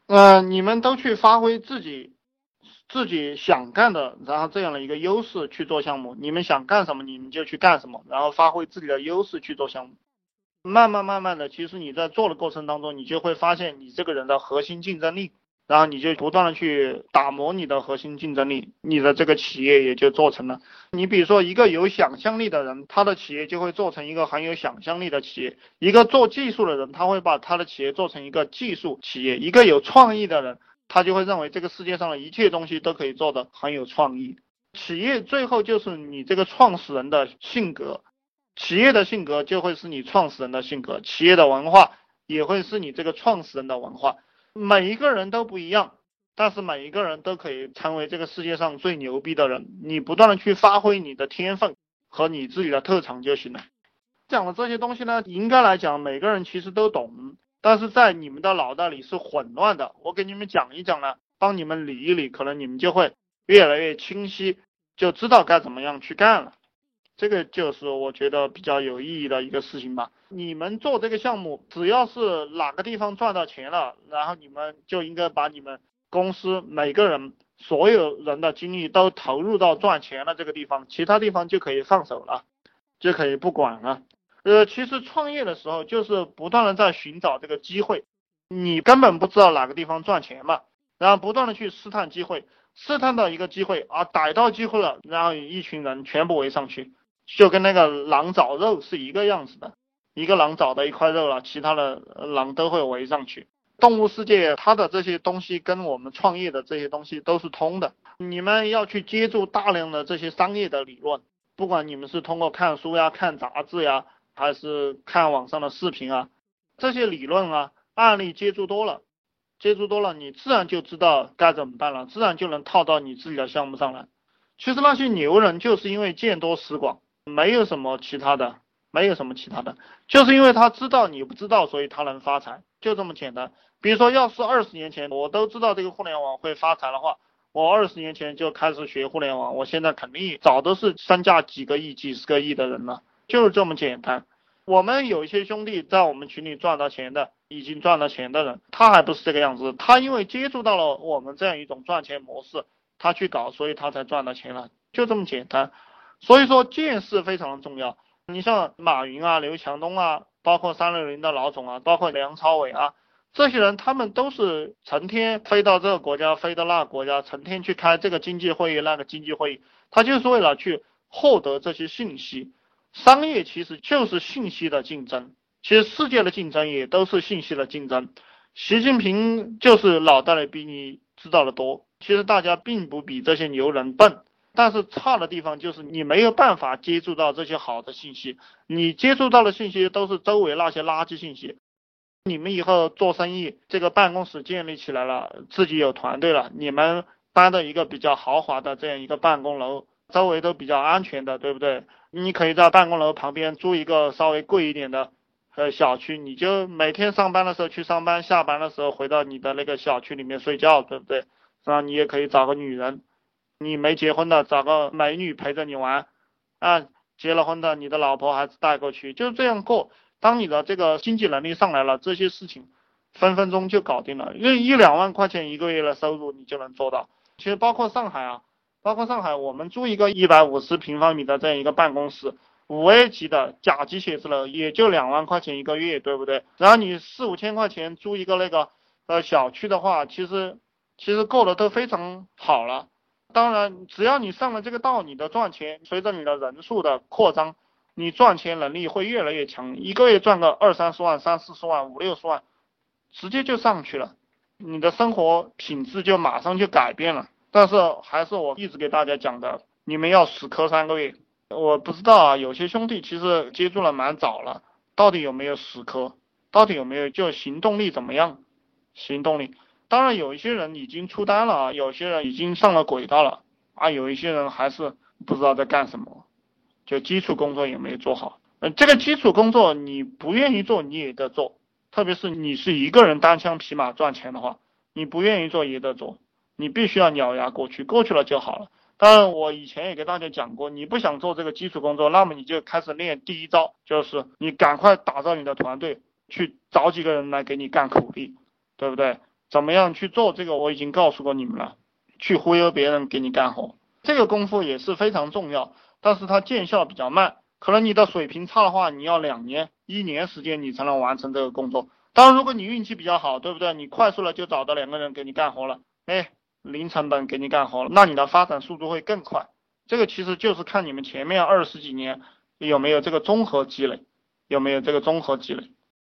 你们都去发挥自己想干的，然后这样的一个优势去做项目。你们想干什么，你们就去干什么，然后发挥自己的优势去做项目。慢慢的，其实你在做的过程当中，你就会发现你这个人的核心竞争力，然后你就不断的去打磨你的核心竞争力，你的这个企业也就做成了。你比如说一个有想象力的人，他的企业就会做成一个很有想象力的企业；一个做技术的人，他会把他的企业做成一个技术企业；一个有创意的人，他就会认为这个世界上的一切东西都可以做得很有创意。企业最后就是你这个创始人的性格，企业的性格就会是你创始人的性格，企业的文化也会是你这个创始人的文化。每一个人都不一样，但是每一个人都可以成为这个世界上最牛逼的人。你不断的去发挥你的天分和你自己的特长就行了。讲的这些东西呢，应该来讲每个人其实都懂，但是在你们的脑袋里是混乱的。我给你们讲一讲呢，帮你们理一理，可能你们就会越来越清晰，就知道该怎么样去干了。这个就是我觉得比较有意义的一个事情吧。你们做这个项目，只要是哪个地方赚到钱了，然后你们就应该把你们公司每个人所有人的精力都投入到赚钱的这个地方，其他地方就可以放手了，就可以不管了。其实创业的时候就是不断的在寻找这个机会，你根本不知道哪个地方赚钱嘛，然后不断的去试探机会，试探到一个机会啊，逮到机会了，然后一群人全部围上去，就跟那个狼找肉是一个样子的，一个狼找到一块肉了，其他的狼都会围上去。动物世界它的这些东西跟我们创业的这些东西都是通的，你们要去接触大量的这些商业的理论，不管你们是通过看书呀、看杂志呀，还是看网上的视频啊，这些理论啊、案例接触多了，你自然就知道该怎么办了，自然就能套到你自己的项目上来。其实那些牛人就是因为见多识广，没有什么其他的，没有什么其他的，就是因为他知道你不知道，所以他能发财，就这么简单。比如说，要是20年前我都知道这个互联网会发财的话，我20年前就开始学互联网，我现在肯定早都是身价几个亿、几十个亿的人了，就是这么简单。我们有一些兄弟在我们群里赚到钱的，已经赚到钱的人，他还不是这个样子，他因为接触到了我们这样一种赚钱模式，他去搞，所以他才赚到钱了，就这么简单。所以说见识非常的重要。你像马云啊、刘强东啊，包括360的老总啊，包括梁朝伟啊，这些人他们都是成天飞到这个国家，飞到那个国家，成天去开这个经济会议、那个经济会议，他就是为了去获得这些信息。商业其实就是信息的竞争，其实世界的竞争也都是信息的竞争。习近平就是脑袋里比你知道的多，其实大家并不比这些牛人笨，但是差的地方就是你没有办法接触到这些好的信息，你接触到的信息都是周围那些垃圾信息。你们以后做生意，这个办公室建立起来了，自己有团队了，你们搬到一个比较豪华的这样一个办公楼，周围都比较安全的，对不对？你可以在办公楼旁边租一个稍微贵一点的小区，你就每天上班的时候去上班，下班的时候回到你的那个小区里面睡觉，对不对？然后你也可以找个女人，你没结婚的找个美女陪着你玩啊，结了婚的你的老婆孩子带过去，就这样过。当你的这个经济能力上来了，这些事情分分钟就搞定了，因为1-2万块钱一个月的收入你就能做到。其实包括上海啊，包括上海，我们租一个150平方米的这样一个办公室，5A 级的甲级写字楼也就2万块钱一个月，对不对？然后你4-5千块钱租一个那个小区的话，其实过得都非常好了。当然，只要你上了这个道，你的赚钱随着你的人数的扩张，你赚钱能力会越来越强，一个月赚个20-30万、30-40万、50-60万，直接就上去了，你的生活品质就马上就改变了。但是还是我一直给大家讲的，你们要死磕3个月。我不知道啊，有些兄弟其实接触了蛮早了，到底有没有死磕？到底有没有就行动力怎么样？行动力，当然有一些人已经出单了啊，有些人已经上了轨道了啊，有一些人还是不知道在干什么，就基础工作也没做好。这个基础工作你不愿意做你也得做，特别是你是一个人单枪匹马赚钱的话，你不愿意做也得做，你必须要咬牙过去，过去了就好了。当然我以前也给大家讲过，你不想做这个基础工作，那么你就开始练第一招，就是你赶快打造你的团队，去找几个人来给你干苦力，对不对？ 怎么样去做，这个我已经告诉过你们了，去忽悠别人给你干活，这个功夫也是非常重要，但是它见效比较慢，可能你的水平差的话，你要2年、1年时间你才能完成这个工作。当然，如果你运气比较好，对不对？你快速的就找到2个人给你干活了，哎，零成本给你干活了，那你的发展速度会更快。这个其实就是看你们前面20几年有没有这个综合积累，有没有这个综合积累。